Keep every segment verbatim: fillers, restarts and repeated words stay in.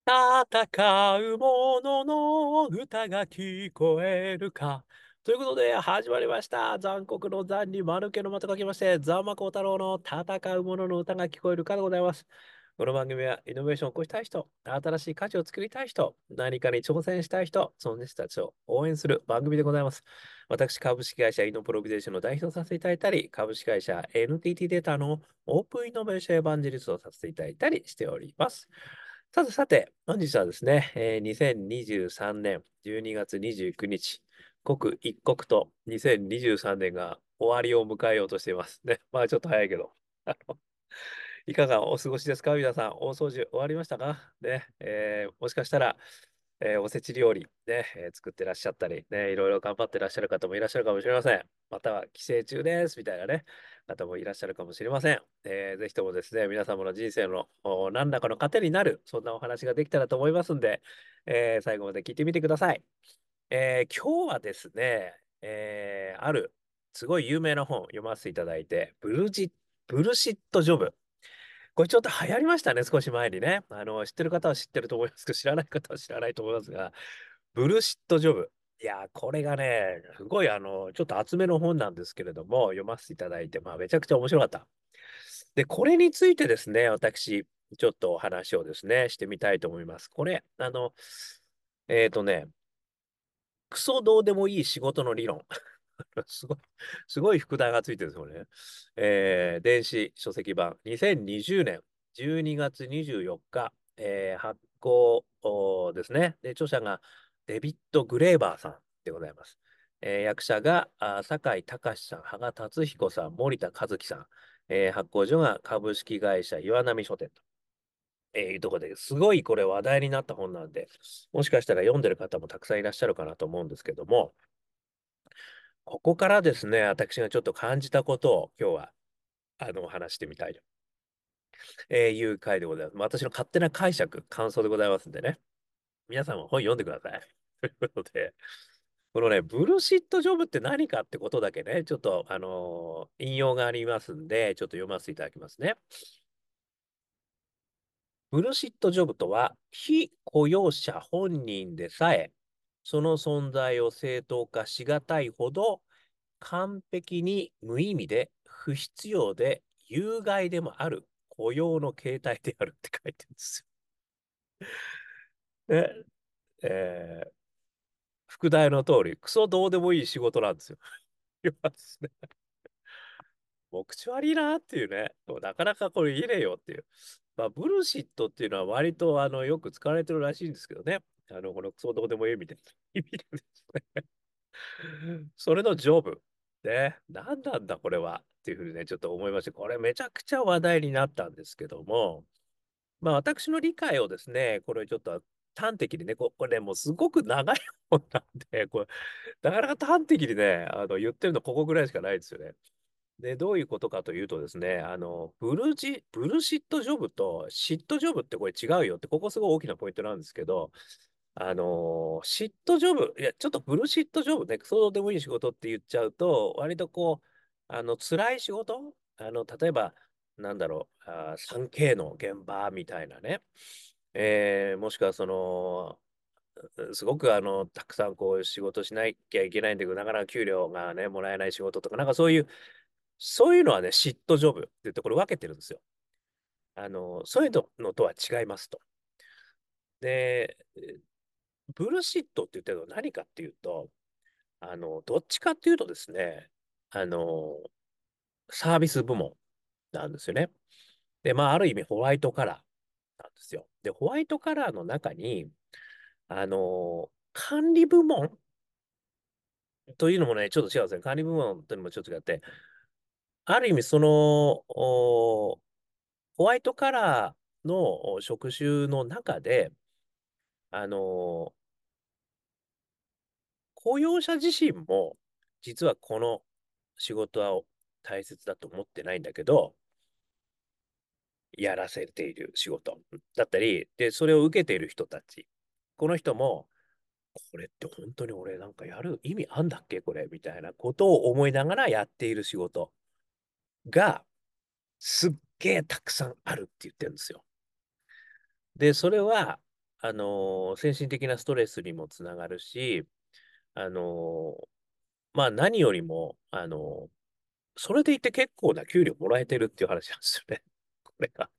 戦う者の歌が聞こえるか。ということで、始まりました。残酷の残に丸けの間と書きまして、ザンマコウタロウの戦う者の歌が聞こえるかでございます。この番組はイノベーションを起こしたい人、新しい価値を作りたい人、何かに挑戦したい人、その人たちを応援する番組でございます。私、株式会社イノプロビゼーションの代表をさせていただいたり、株式会社 エヌティーティー データのオープンイノベーションエヴァンジェリストをさせていただいたりしております。さてさて、本日はですね、えーにせんにじゅうさんねんじゅうにがつにじゅうくにち、刻一刻とにせんにじゅうさんねんが終わりを迎えようとしていますね。まあちょっと早いけど。あのいかがお過ごしですか皆さん？大掃除終わりましたかね、えーもしかしたら、えーおせち料理ね、えー作ってらっしゃったり、ね、いろいろ頑張ってらっしゃる方もいらっしゃるかもしれません。または帰省中ですみたいなね、方もいらっしゃるかもしれません。えーぜひともですね、皆様の人生のお何らかの糧になる、そんなお話ができたらと思いますんで、えー最後まで聞いてみてください。えー今日はですね、えーあるすごい有名な本を読ませていただいて、ブルジ、ブルシットジョブ。これちょっと流行りましたね、少し前にね。あの、知ってる方は知ってると思いますけど、知らない方は知らないと思いますが、ブルシットジョブ。いやー、これがね、すごいあの、ちょっと厚めの本なんですけれども、読ませていただいて、まあ、めちゃくちゃ面白かった。で、これについてですね、私、ちょっとお話をですね、してみたいと思います。これ、あの、えっとね、クソどうでもいい仕事の理論。すごい、すごい副題がついてるんですよね。えー電子書籍版、にせんにじゅうねんじゅうにがつにじゅうよっか、えー発行おですね。で、著者がデビッド・グレーバーさんでございます。えー役者があ酒井隆さん、羽賀達彦さん、森田和樹さん、えー発行所が株式会社岩波書店と。えーいうところですごいこれ話題になった本なんで、もしかしたら読んでる方もたくさんいらっしゃるかなと思うんですけども、ここからですね、私がちょっと感じたことを今日はあの話してみたいと、えーいう回でございます。私の勝手な解釈、感想でございますんでね。皆さんも本読んでください。ということで、このね、ブルシットジョブって何かってことだけね、ちょっと、あのー引用がありますんで、ちょっと読ませていただきますね。ブルシットジョブとは、非雇用者本人でさえ、その存在を正当化しがたいほど、完璧に無意味で不必要で有害でもある雇用の形態であるって書いてるんですよ。ねえー副題の通り、クソどうでもいい仕事なんですよ。いますね。もう口悪いなっていうね。なかなかこれ言えねえよっていう。まあ、ブルシットっていうのは割とあのよく使われてるらしいんですけどね。あの、このクソどうでもいいみたいな意味でですね。それのジョブ。ね。何なんだこれは。っていうふうにね、ちょっと思いまして、これめちゃくちゃ話題になったんですけども、まあ私の理解をですね、これちょっと端的にね、ここれもうすごく長い本なんで、これ、なかなか端的にね、あの言ってるのここぐらいしかないですよね。で、どういうことかというとですね、あの、ブルジ、ブルシットジョブとシットジョブってこれ違うよって、ここすごい大きなポイントなんですけど、あのーシットジョブ、いや、ちょっとブルシットジョブね、そうでもいい仕事って言っちゃうと、割とこう、あの、辛い仕事あの、例えば、なんだろう、あー スリーケー の現場みたいなね、えーもしくはその、すごくあの、たくさんこう仕事しなきゃいけないんだけど、なかなか給料がね、もらえない仕事とか、なんかそういう、そういうのはね、シットジョブって言ってこれ分けてるんですよ。あの、そういうのとは違いますと。で、ブルシットって言ってるのは何かっていうと、あの、どっちかっていうとですね、あの、サービス部門なんですよね。で、まあ、ある意味ホワイトカラーなんですよ。で、ホワイトカラーの中に、あの、管理部門というのもね、ちょっと違うんですね。管理部門というのもちょっと違って、ある意味その、おホワイトカラーの職種の中で、あの、雇用者自身も、実はこの仕事は大切だと思ってないんだけど、やらせている仕事だったり、で、それを受けている人たち。この人も、これって本当に俺なんかやる意味あんだっけこれみたいなことを思いながらやっている仕事が、すっげえたくさんあるって言ってるんですよ。で、それは、 あの、精神的なストレスにもつながるし、あの、まあ何よりも、あの、それでいて結構な給料もらえてるっていう話なんですよね。これが。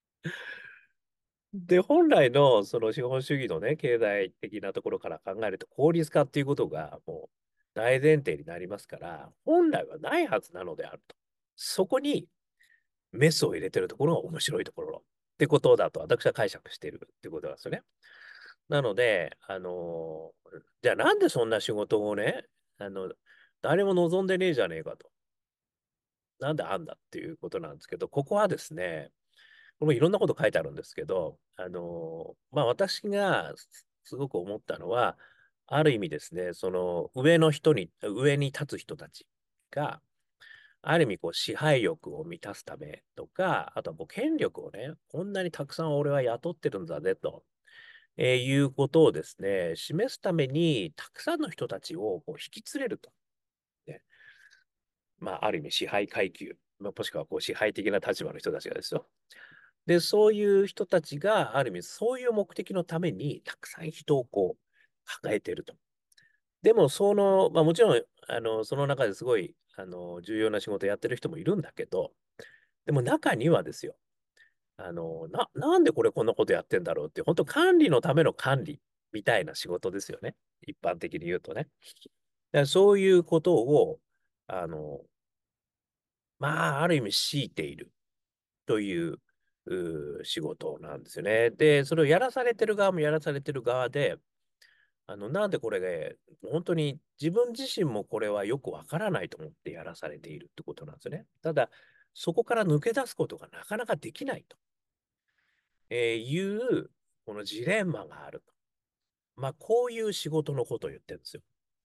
で、本来のその資本主義のね、経済的なところから考えると効率化っていうことがもう大前提になりますから、本来はないはずなのであると。そこにメスを入れてるところが面白いところってことだと私は解釈しているってことなんですよね。なので、あのじゃあなんでそんな仕事をね、あの、誰も望んでねえじゃねえかと。なんであんだっていうことなんですけど、ここはですね、これもいろんなこと書いてあるんですけど、あのまあ私がすすごく思ったのは、ある意味ですね、その上の人に、上に立つ人たちが、ある意味こう支配欲を満たすためとか、あとはこう権力をね、こんなにたくさん俺は雇ってるんだぜと、えーいうことをですね、示すために、たくさんの人たちをこう引き連れると。ね、まあ、ある意味支配階級、まあもしくはこう支配的な立場の人たちがですよ。で、そういう人たちが、ある意味そういう目的のために、たくさん人をこう抱えていると。でも、その、まあもちろん、あの、その中ですごい、あの、重要な仕事をやってる人もいるんだけど、でも中にはですよ、あの、な、なんでこれこんなことやってんだろうって、本当管理のための管理みたいな仕事ですよね。一般的に言うとね。だからそういうことを、あの、まあ、ある意味強いているという、う仕事なんですよね。で、それをやらされてる側もやらされてる側で、あの、なんでこれが、本当に自分自身もこれはよくわからないと思ってやらされているってことなんですよね。ただ、そこから抜け出すことがなかなかできないと、えーいう、このジレンマがあると。まあ、こういう仕事のことを言ってるんですよ。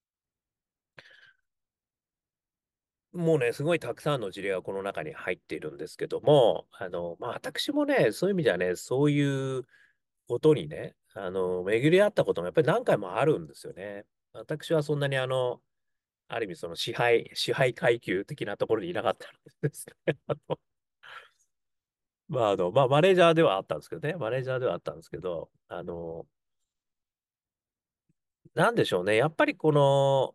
もうね、すごいたくさんの事例がこの中に入っているんですけども、あの、まあ、私もね、そういう意味ではね、そういうことにね、あの、巡り合ったこともやっぱり何回もあるんですよね。私はそんなにあの、ある意味その支配、支配階級的なところにいなかったんですね。あのまあ、あの、まあ、マネージャーではあったんですけどね、マネージャーではあったんですけど、あの、なんでしょうね、やっぱりこの、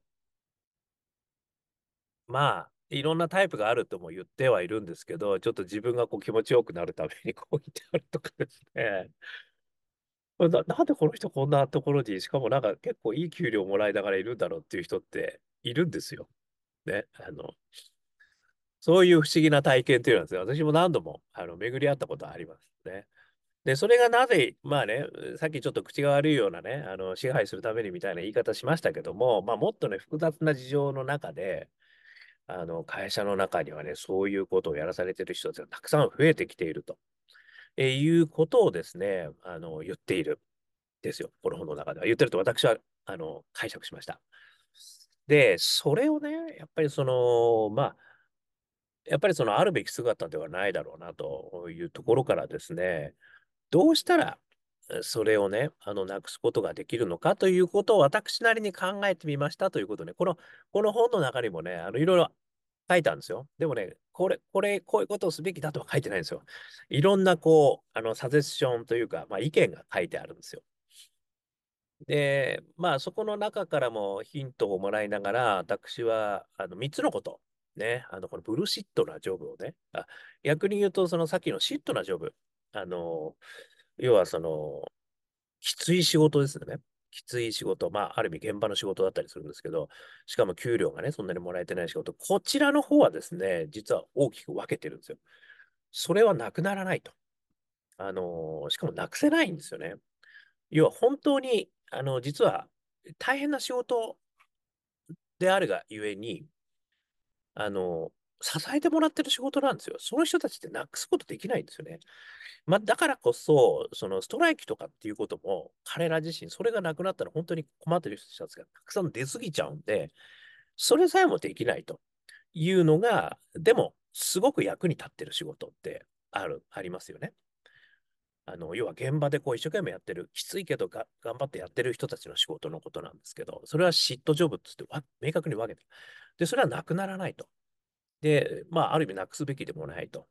まあ、いろんなタイプがあるとも言ってはいるんですけど、ちょっと自分がこう気持ちよくなるためにこう言ってあるとかですね。な、なんでこの人こんなところに、しかもなんか結構いい給料もらいながらいるんだろうっていう人っているんですよ。ね。あの、そういう不思議な体験っていうのはですね、私も何度もあの巡り合ったことありますね。で、それがなぜ、まあね、さっきちょっと口が悪いようなね、あの支配するためにみたいな言い方しましたけども、まあもっとね、複雑な事情の中で、あの会社の中にはね、そういうことをやらされている人たちがたくさん増えてきていると、えーいうことをですね、あの言っているんですよ。この本の中では。言ってると私はあの解釈しました。で、それをね、やっぱりその、まあ、やっぱりそのあるべき姿ではないだろうなというところからですね、どうしたらそれをね、あの、なくすことができるのかということを私なりに考えてみましたということね、この、この本の中にもね、あの、いろいろ書いたんですよ。でもね、これ、これ、こういうことをすべきだとは書いてないんですよ。いろんな、こう、あの、サジェッションというか、まあ、意見が書いてあるんですよ。で、まあ、そこの中からもヒントをもらいながら、私は、あの、みっつのこと、ね、あの、このブルシットなジョブをね、あ、逆に言うと、そのさっきのシットなジョブ、あの、要はその、きつい仕事ですよね。きつい仕事、まあ、ある意味現場の仕事だったりするんですけど、しかも給料がね、そんなにもらえてない仕事、こちらの方はですね、実は大きく分けてるんですよ。それはなくならないと。あの、しかもなくせないんですよね。要は本当に、あの、実は大変な仕事であるがゆえに、あの、支えてもらってる仕事なんですよ。その人たちってなくすことできないんですよね。まあ、だからこそ、そのストライキとかっていうことも、彼ら自身、それがなくなったら本当に困ってる人たちがたくさん出過ぎちゃうんで、それさえもできないというのが、でも、すごく役に立ってる仕事ってある、ありますよね。あの、要は現場でこう一生懸命やってる、きついけどが頑張ってやってる人たちの仕事のことなんですけど、それはシットジョブっつってわ明確に分けてる。で、それはなくならないと。で、まあ、ある意味なくすべきでもないと。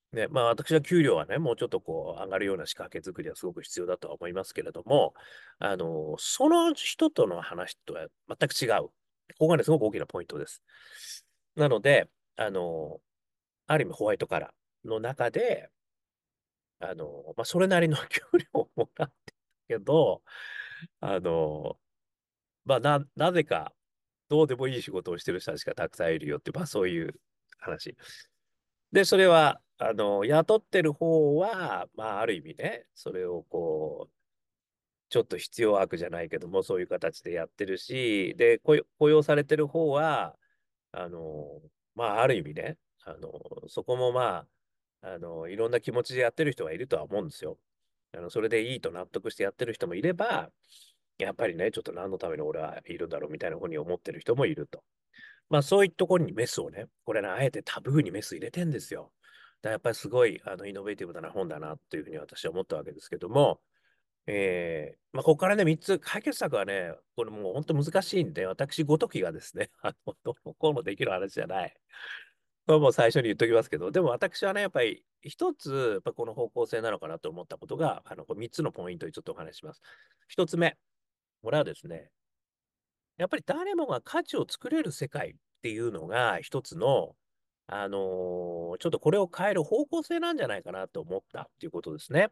ね、まあ私は給料はね、もうちょっとこう上がるような仕掛け作りはすごく必要だとは思いますけれども、あの、その人との話とは全く違う。ここがね、すごく大きなポイントです。なので、あの、ある意味ホワイトカラーの中で、あの、まあそれなりの給料をもらってるけど、あの、まあな、なぜかどうでもいい仕事をしてる人たちがたくさんいるよって、まあそういう話。で、それは、あの、雇ってる方は、まあ、ある意味ね、それをこう、ちょっと必要悪じゃないけども、そういう形でやってるし、で、雇用雇用されてる方は、あの、まあ、ある意味ね、あの、そこもまあ、あの、いろんな気持ちでやってる人がいるとは思うんですよ。あの、それでいいと納得してやってる人もいれば、やっぱりね、ちょっと何のために俺はいるんだろうみたいなふうに思ってる人もいると。まあそういうところにメスをね、これね、あえてタブーにメス入れてんですよ。だからやっぱりすごいあのイノベーティブな本だなというふうに私は思ったわけですけども、えー、まあここからね、みっつ解決策はね、これもう本当難しいんで、私ごときがですね、あの、どうのこうのできる話じゃない。これはもう最初に言っときますけど、でも私はね、やっぱり一つ、やっぱこの方向性なのかなと思ったことが、あの、みっつのポイントにちょっとお話しします。一つ目、これはですね、やっぱり誰もが価値を作れる世界っていうのが一つの、あのーちょっとこれを変える方向性なんじゃないかなと思ったっていうことですね。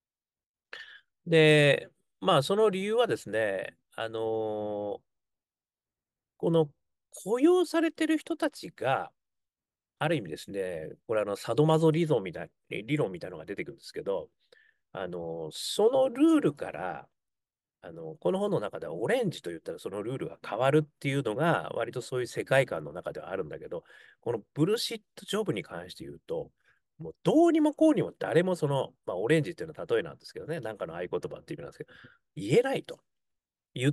で、まあその理由はですね、あのーこの雇用されてる人たちが、ある意味ですね、これあのサドマゾ理論みたい、理論みたいなのが出てくるんですけど、あのーそのルールから、あの、この本の中ではオレンジと言ったらそのルールが変わるっていうのが割とそういう世界観の中ではあるんだけど、このブルシットジョブに関して言うと、もうどうにもこうにも誰もその、まあオレンジっていうのは例えなんですけどね、なんかの合言葉っていう意味なんですけど、言えないと言って、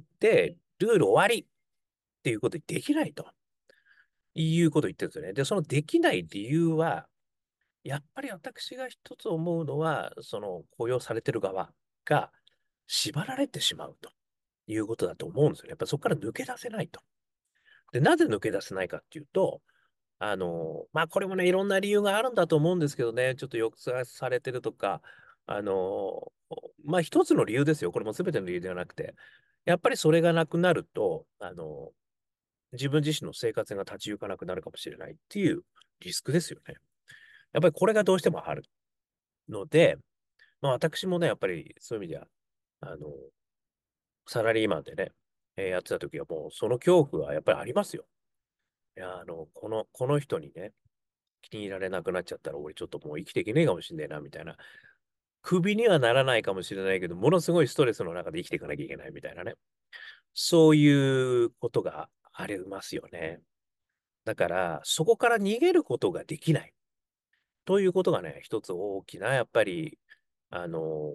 ルール終わりっていうことにできないということを言ってるんですよね。で、そのできない理由は、やっぱり私が一つ思うのは、その雇用されてる側が縛られてしまうと。いうことだと思うんですよね。やっぱそこから抜け出せないと。で、なぜ抜け出せないかっていうと、あの、まあ、これもね、いろんな理由があるんだと思うんですけどね、ちょっと抑圧されてるとか、あの、まあ、一つの理由ですよ。これも全ての理由ではなくて、やっぱりそれがなくなると、あの、自分自身の生活が立ち行かなくなるかもしれないっていうリスクですよね。やっぱりこれがどうしてもあるので、まあ、私もね、やっぱりそういう意味では、あの、サラリーマンでね、えーやってた時はもうその恐怖はやっぱりありますよ。いや、あの、この、この人にね、気に入られなくなっちゃったら俺ちょっともう生きていけねえかもしんねえな、みたいな。クビにはならないかもしれないけど、ものすごいストレスの中で生きていかなきゃいけないみたいなね。そういうことがありますよね。だから、そこから逃げることができない。ということがね、一つ大きな、やっぱり、あの、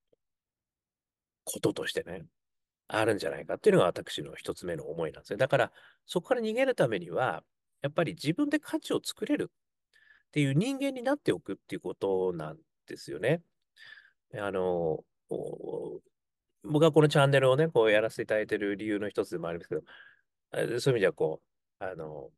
こととしてね、あるんじゃないかっていうのが私の一つ目の思いなんですね。だから、そこから逃げるためには、やっぱり自分で価値を作れるっていう人間になっておくっていうことなんですよね。あの、お僕はこのチャンネルをね、こうやらせていただいている理由の一つでもありますけど、えそういう意味ではこう、あの、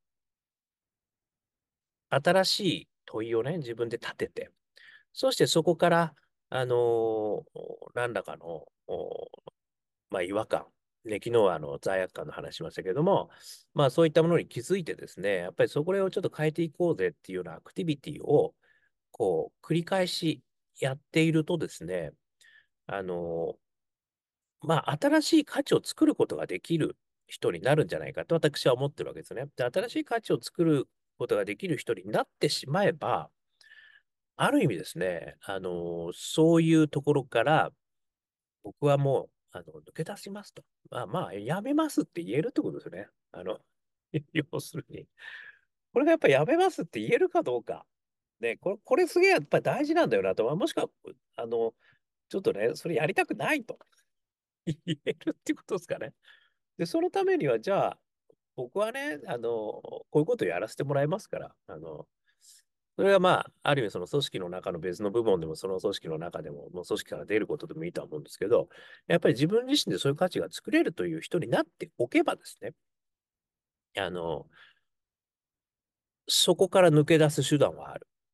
新しい問いをね、自分で立てて、そしてそこから、あの、何らかの、おまあ、違和感、ね、昨日はあの罪悪感の話しましたけれども、まあそういったものに気づいてですね、やっぱりそこをちょっと変えていこうぜっていうようなアクティビティを、こう、繰り返しやっているとですね、あの、まあ新しい価値を作ることができる人になるんじゃないかと私は思ってるわけですね。で、新しい価値を作ることができる人になってしまえば、ある意味ですね、あの、そういうところから僕はもう、あの、抜け出しますと。まあまあ、やめますって言えるってことですよね。あの、要するに。これがやっぱりやめますって言えるかどうか。ね、これ、これすげえやっぱり大事なんだよなと。まあもしくは、あの、ちょっとね、それやりたくないと言えるっていうことですかね。で、そのためには、じゃあ、僕はね、あの、こういうことをやらせてもらいますから、あの、それがまあ、ある意味その組織の中の別の部門でも、その組織の中でも、もう組織から出ることでもいいとは思うんですけど、やっぱり自分自身でそういう価値が作れるという人になっておけばですね、あの、そこから抜け出す手段はある。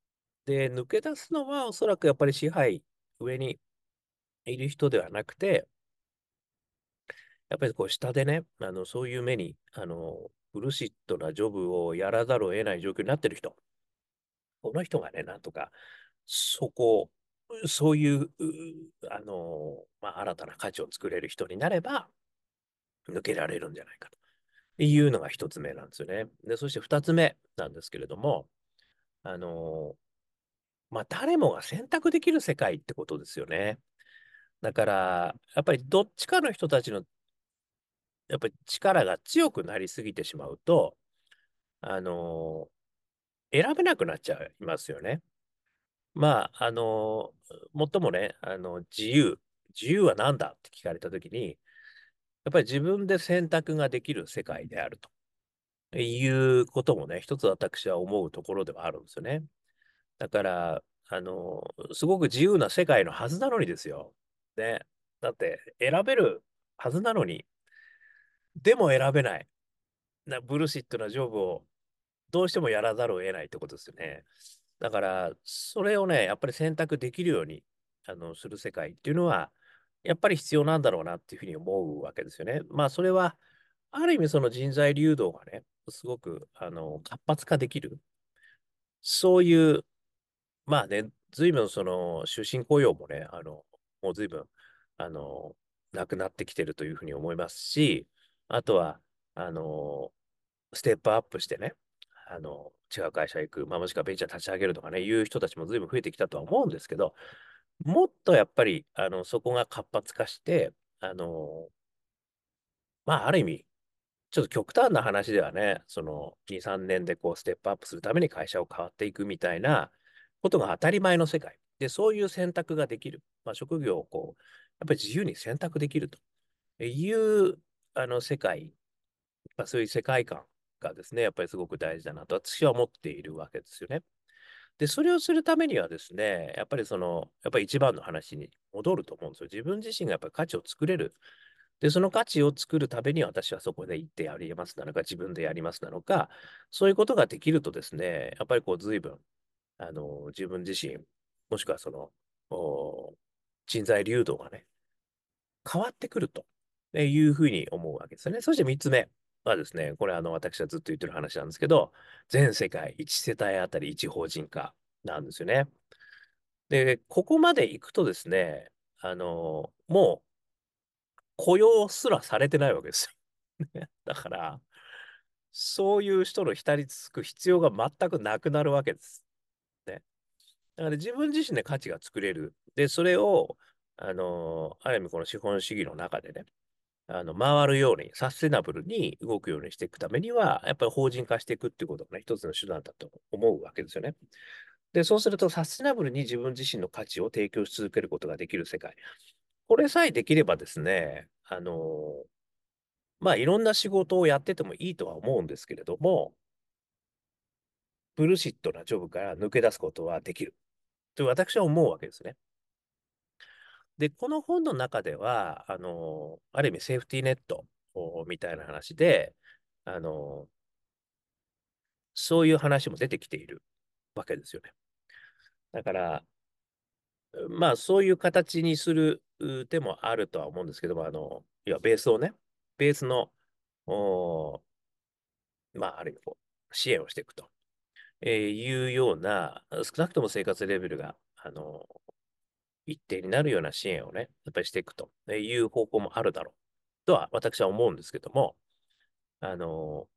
で、抜け出すのはおそらくやっぱり支配、上にいる人ではなくて、やっぱりこう下でね、あの、そういう目に、あの、ブルシットなジョブをやらざるを得ない状況になってる人、この人がね、なんとか、そこ、そういう、うあの、まあ、新たな価値を作れる人になれば、抜けられるんじゃないかというのが一つ目なんですよね。で、そして二つ目なんですけれども、あの、まあ、誰もが選択できる世界ってことですよね。だから、やっぱりどっちかの人たちの、やっぱり力が強くなりすぎてしまうと、あの、選べなくなっちゃいますよね。まあ、あの、もっともね、あの、自由。自由は何だって聞かれたときに、やっぱり自分で選択ができる世界であるということもね、一つ私は思うところではあるんですよね。だから、あの、すごく自由な世界のはずなのにですよ。ね。だって選べるはずなのに、でも選べない。な、ブルシットなジョブをどうしてもやらざるを得ないってことですよね。だから、それをね、やっぱり選択できるように、あの、する世界っていうのは、やっぱり必要なんだろうなっていうふうに思うわけですよね。まあ、それは、ある意味その人材流動がね、すごく、あの、活発化できる。そういう、まあね、随分その、終身雇用もね、あの、もう随分、あの、なくなってきてるというふうに思いますし、あとは、あの、ステップアップしてね、あの、違う会社行く、まあ、もしくはベンチャー立ち上げるとかね、いう人たちも随分増えてきたとは思うんですけど、もっとやっぱり、あの、そこが活発化して、あの、まあ、ある意味、ちょっと極端な話ではね、そのに、さんねんでこうステップアップするために会社を変わっていくみたいなことが当たり前の世界。で、そういう選択ができる。まあ、職業をこう、やっぱり自由に選択できるというあの世界、まあ、そういう世界観がですね、やっぱりすごく大事だなと私は思っているわけですよね。で、それをするためにはですね、やっぱりその、やっぱり一番の話に戻ると思うんですよ。自分自身がやっぱり価値を作れる。で、その価値を作るために私はそこで行ってやりますなのか、自分でやりますなのか、そういうことができるとですね、やっぱりこう随分、あの、自分自身、もしくはその、お人材流動がね、変わってくるというふうに思うわけですよね。そして三つ目はですね、これあの、私はずっと言ってる話なんですけど、全世界いち世帯あたりいち法人化なんですよね。で、ここまで行くとですね、あの、もう雇用すらされてないわけですよ。ねだから、そういう人の浸りつく必要が全くなくなるわけです。ね。だから自分自身で価値が作れる。で、それを、あの、ある意味この資本主義の中でね、あの、回るように、サステナブルに動くようにしていくためには、やっぱり法人化していくっていうことがね、一つの手段だと思うわけですよね。で、そうすると、サステナブルに自分自身の価値を提供し続けることができる世界。これさえできればですね、あの、まあ、いろんな仕事をやっててもいいとは思うんですけれども、ブルシットなジョブから抜け出すことはできる。と私は思うわけですね。で、この本の中では、あの、ある意味セーフティーネットみたいな話で、あの、そういう話も出てきているわけですよね。だから、まあ、そういう形にする手もあるとは思うんですけども、あの、いや、ベースをね、ベースの、おまあ、ある意味こう、支援をしていくと、えーいうような、少なくとも生活レベルが、あの、一定になるような支援をね、やっぱりしていくという方向もあるだろうとは私は思うんですけども、あの、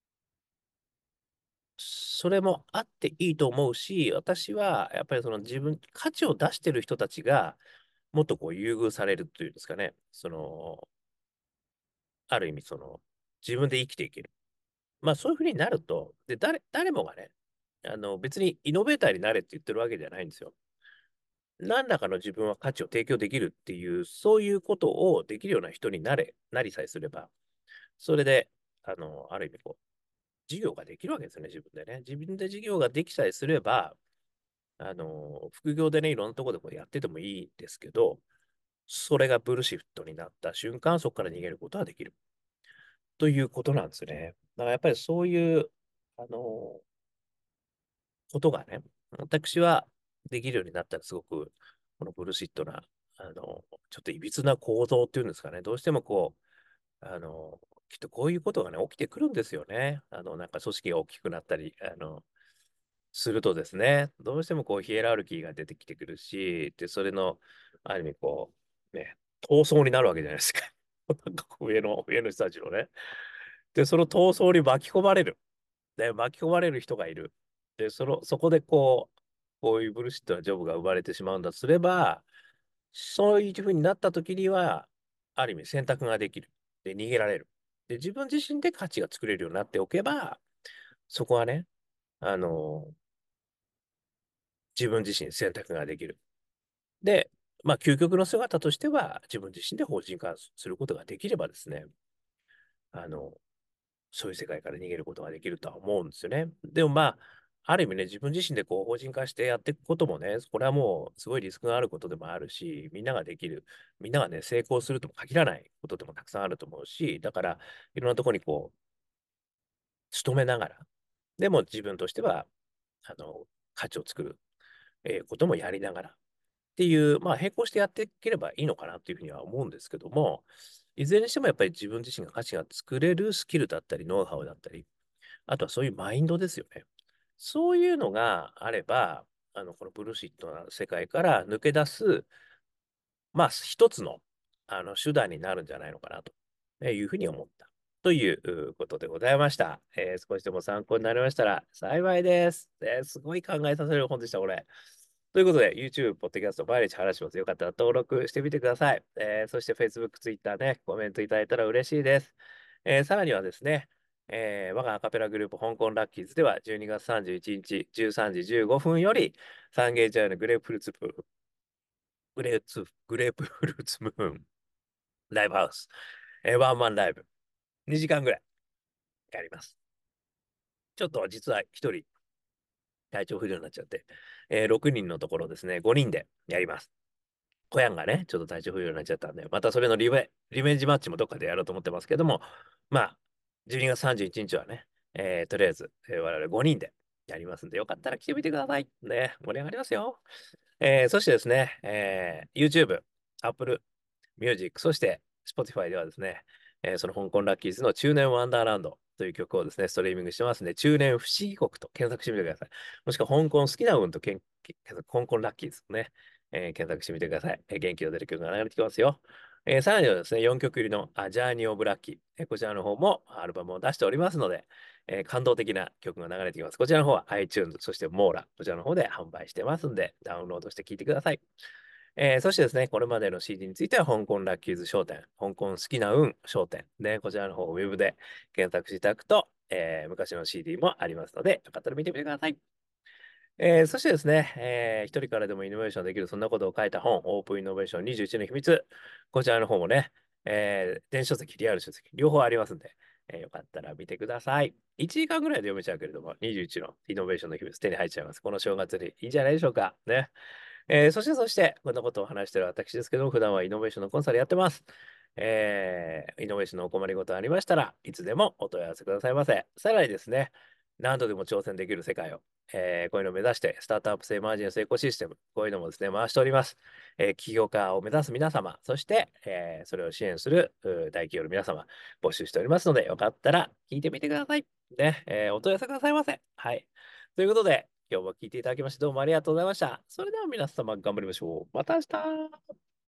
それもあっていいと思うし、私はやっぱりその自分、価値を出してる人たちがもっとこう優遇されるというんですかね、その、ある意味その、自分で生きていける。まあそういうふうになると、で、誰、誰もがね、あの別にイノベーターになれって言ってるわけじゃないんですよ。何らかの自分は価値を提供できるっていう、そういうことをできるような人になれ、なりさえすれば、それで、あの、ある意味こう、事業ができるわけですよね、自分でね。自分で事業ができさえすれば、あの、副業でね、いろんなところでこうやっててもいいんですけど、それがブルシフトになった瞬間、そこから逃げることはできる。ということなんですね。だからやっぱりそういう、あの、ことがね、 私はできるようになったらすごく、このブルシットな、あの、ちょっといびつな構造っていうんですかね、どうしてもこう、あの、きっとこういうことがね、起きてくるんですよね。あの、なんか組織が大きくなったり、あの、するとですね、どうしてもこうヒエラルキーが出てきてくるし、で、それの、ある意味こう、ね、闘争になるわけじゃないですか。なんかこう上の、上の人たちのね。で、その闘争に巻き込まれる。で、巻き込まれる人がいる。で、その、そこでこう、こういうブルシットなジョブが生まれてしまうんだとすれば、そういうふうになった時には、ある意味選択ができる。で、逃げられる。で、自分自身で価値が作れるようになっておけば、そこはね、あの、自分自身選択ができる。で、まあ、究極の姿としては、自分自身で法人化することができればですね、あの、そういう世界から逃げることができるとは思うんですよね。でもまあ、ある意味ね、自分自身でこう法人化してやっていくこともね、これはもうすごいリスクがあることでもあるし、みんなができる、みんながね、成功するとも限らないことでもたくさんあると思うし、だから、いろんなところにこう、努めながら、でも自分としては、あの、価値を作る、えーこともやりながら、っていう、まあ、並行してやっていければいいのかなというふうには思うんですけども、いずれにしてもやっぱり自分自身が価値が作れるスキルだったり、ノウハウだったり、あとはそういうマインドですよね。そういうのがあれば、あの、このブルーシットな世界から抜け出す、まあ、一つの、あの、手段になるんじゃないのかなというふうに思った。ということでございました。えー少しでも参考になりましたら幸いです。えーすごい考えさせる本でした、これ。ということで、YouTube、ポッドキャスト、毎日話します。よかったら登録してみてください。えーそして Facebook、Twitter ね、コメントいただいたら嬉しいです。えーさらにはですね、えー我がアカペラグループ、香港ラッキーズでは、じゅうにがつさんじゅういちにち、じゅうさんじじゅうごふんより、サンゲージャーのグレープフルーツプ、グレープ、グレープフルーツムーン、ライブハウス、えーワンマンライブ、にじかんぐらいやります。ちょっと実は一人体調不良になっちゃって、えーろくにんのところですね、ごにんでやります。小ヤンがね、ちょっと体調不良になっちゃったんで、またそれのリベ、リベンジマッチもどっかでやろうと思ってますけども、まあ、じゅうにがつさんじゅういちにちはね、えーとりあえず、えー我々ごにんでやりますんで、よかったら来てみてください。ね、盛り上がりますよ。えーそしてですね、えー YouTube、Apple Music、そして Spotify ではですね、えーその香港ラッキーズの中年ワンダーランドという曲をですね、ストリーミングしてますんで、中年不思議国と検索してみてください。もしくは香港好きな運とけんけん香港ラッキーズね、えー検索してみてください。えー元気の出る曲が流れてきますよ。えーさらにはですね、よんきょく入りのあジャーニー・オブ・ラッキー、えーこちらの方もアルバムを出しておりますので、えー感動的な曲が流れてきます。こちらの方は iTunes、そしてモーラ、こちらの方で販売してますんで、ダウンロードして聴いてください。えーそしてですね、これまでの シーディー については、香港ラッキーズ商店、香港好きな運商店、で、こちらの方をウェブで検索していただくと、えー昔の シーディー もありますので、よかったら見てみてください。えーそしてですね、えー一人からでもイノベーションできる、そんなことを書いた本、オープンイノベーションにじゅういちの秘密。こちらの方もね、えー電子書籍、リアル書籍、両方ありますんで、えーよかったら見てください。いちじかんぐらいで読めちゃうけれども、にじゅういちのイノベーションの秘密手に入っちゃいます。この正月にいいんじゃないでしょうか。ね。えーそして、そして、こんなことを話している私ですけども、普段はイノベーションのコンサルやってます。えーイノベーションのお困りごとありましたらいつでもお問い合わせくださいませ。さらにですね、何度でも挑戦できる世界を、えーこういうのを目指して、スタートアップ性マージン成功システム、こういうのもですね、回しております。えー起業家を目指す皆様、そして、えーそれを支援するう大企業の皆様、募集しておりますので、よかったら聞いてみてください。ね、えーお問い合わせくださいませ。はい。ということで、今日も聞いていただきましてどうもありがとうございました。それでは皆様頑張りましょう。また明日